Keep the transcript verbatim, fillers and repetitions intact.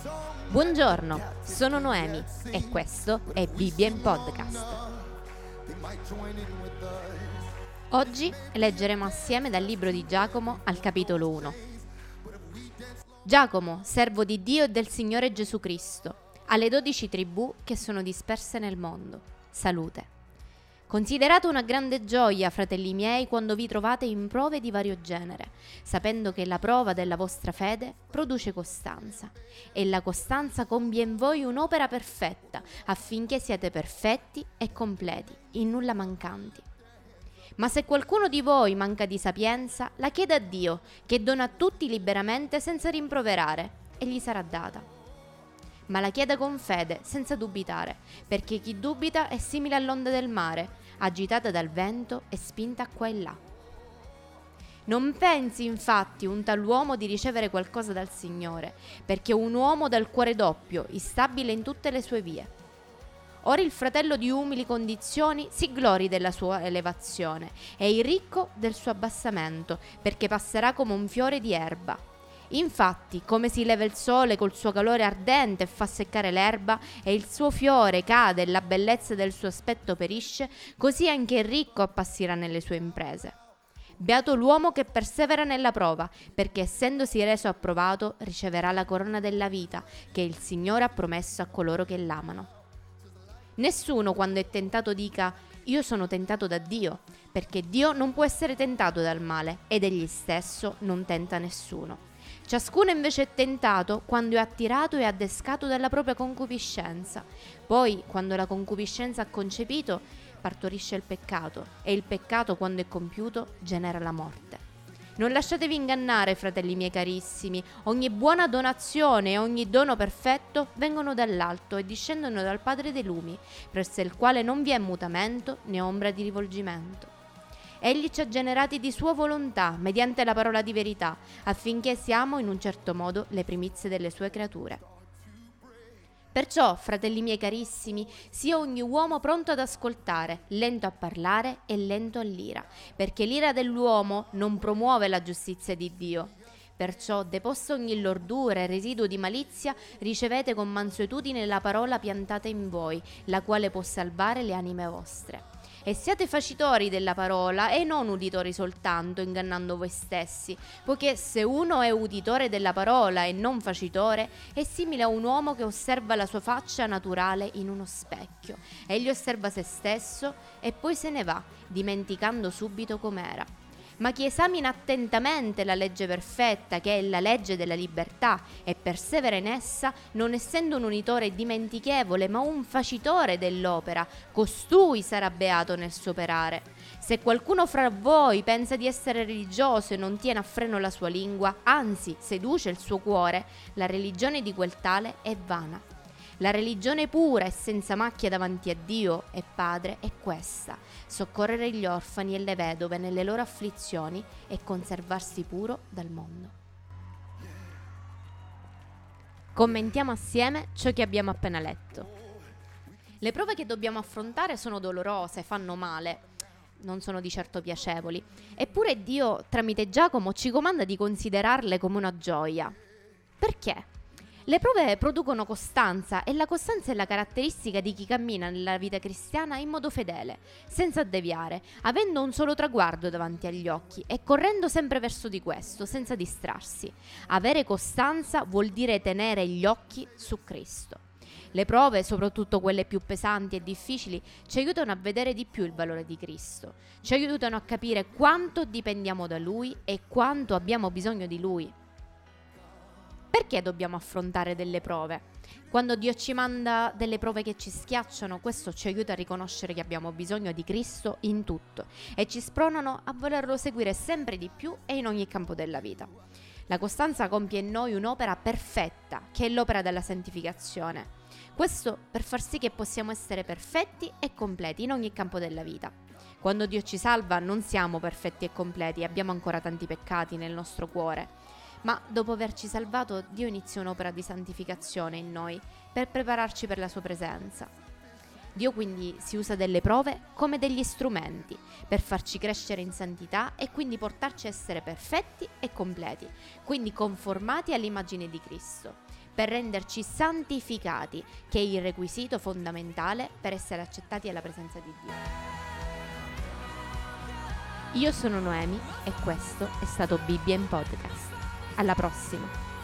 Buongiorno, sono Noemi e questo è Bibbia in Podcast. Oggi leggeremo assieme dal libro di Giacomo al capitolo uno. Giacomo, servo di Dio e del Signore Gesù Cristo, alle dodici tribù che sono disperse nel mondo. Salute. Considerate una grande gioia, fratelli miei, quando vi trovate in prove di vario genere, sapendo che la prova della vostra fede produce costanza, e la costanza compie in voi un'opera perfetta, affinché siate perfetti e completi, in nulla mancanti. Ma se qualcuno di voi manca di sapienza, la chieda a Dio, che dona a tutti liberamente senza rimproverare, e gli sarà data. Ma la chieda con fede, senza dubitare, perché chi dubita è simile all'onda del mare, agitata dal vento e spinta qua e là. Non pensi infatti un tal uomo di ricevere qualcosa dal Signore, perché è un uomo dal cuore doppio, instabile in tutte le sue vie. Ora il fratello di umili condizioni si glori della sua elevazione, e il ricco del suo abbassamento, perché passerà come un fiore di erba. Infatti, come si leva il sole col suo calore ardente e fa seccare l'erba, e il suo fiore cade e la bellezza del suo aspetto perisce, così anche il ricco appassirà nelle sue imprese. Beato l'uomo che persevera nella prova, perché essendosi reso approvato riceverà la corona della vita che il Signore ha promesso a coloro che l'amano. Nessuno, quando è tentato, dica: io sono tentato da Dio, perché Dio non può essere tentato dal male, ed egli stesso non tenta nessuno. Ciascuno invece è tentato quando è attirato e addescato dalla propria concupiscenza. Poi, quando la concupiscenza ha concepito, partorisce il peccato, e il peccato, quando è compiuto, genera la morte. Non lasciatevi ingannare, fratelli miei carissimi, ogni buona donazione e ogni dono perfetto vengono dall'alto e discendono dal Padre dei lumi, presso il quale non vi è mutamento né ombra di rivolgimento. Egli ci ha generati di sua volontà, mediante la parola di verità, affinché siamo in un certo modo le primizie delle sue creature. Perciò, fratelli miei carissimi, sia ogni uomo pronto ad ascoltare, lento a parlare e lento all'ira, perché l'ira dell'uomo non promuove la giustizia di Dio. Perciò, deposto ogni lordura e residuo di malizia, ricevete con mansuetudine la parola piantata in voi, la quale può salvare le anime vostre. E siate facitori della parola e non uditori soltanto, ingannando voi stessi, poiché se uno è uditore della parola e non facitore, è simile a un uomo che osserva la sua faccia naturale in uno specchio. Egli osserva se stesso e poi se ne va, dimenticando subito com'era. Ma chi esamina attentamente la legge perfetta, che è la legge della libertà, e persevera in essa, non essendo un uditore dimentichevole, ma un facitore dell'opera, costui sarà beato nel suo operare. Se qualcuno fra voi pensa di essere religioso e non tiene a freno la sua lingua, anzi seduce il suo cuore, la religione di quel tale è vana. La religione pura e senza macchia davanti a Dio e Padre è questa: soccorrere gli orfani e le vedove nelle loro afflizioni e conservarsi puro dal mondo. Commentiamo assieme ciò che abbiamo appena letto. Le prove che dobbiamo affrontare sono dolorose, fanno male, non sono di certo piacevoli. Eppure Dio, tramite Giacomo, ci comanda di considerarle come una gioia. Perché? Le prove producono costanza, e la costanza è la caratteristica di chi cammina nella vita cristiana in modo fedele, senza deviare, avendo un solo traguardo davanti agli occhi e correndo sempre verso di questo, senza distrarsi. Avere costanza vuol dire tenere gli occhi su Cristo. Le prove, soprattutto quelle più pesanti e difficili, ci aiutano a vedere di più il valore di Cristo, ci aiutano a capire quanto dipendiamo da Lui e quanto abbiamo bisogno di Lui. Perché dobbiamo affrontare delle prove? Quando Dio ci manda delle prove che ci schiacciano, questo ci aiuta a riconoscere che abbiamo bisogno di Cristo in tutto e ci spronano a volerlo seguire sempre di più e in ogni campo della vita. La costanza compie in noi un'opera perfetta, che è l'opera della santificazione. Questo per far sì che possiamo essere perfetti e completi in ogni campo della vita. Quando Dio ci salva non siamo perfetti e completi, abbiamo ancora tanti peccati nel nostro cuore. Ma dopo averci salvato, Dio inizia un'opera di santificazione in noi per prepararci per la sua presenza. Dio quindi si usa delle prove come degli strumenti per farci crescere in santità e quindi portarci a essere perfetti e completi, quindi conformati all'immagine di Cristo, per renderci santificati, che è il requisito fondamentale per essere accettati alla presenza di Dio. Io sono Noemi e questo è stato Bibbia in Podcast. Alla prossima!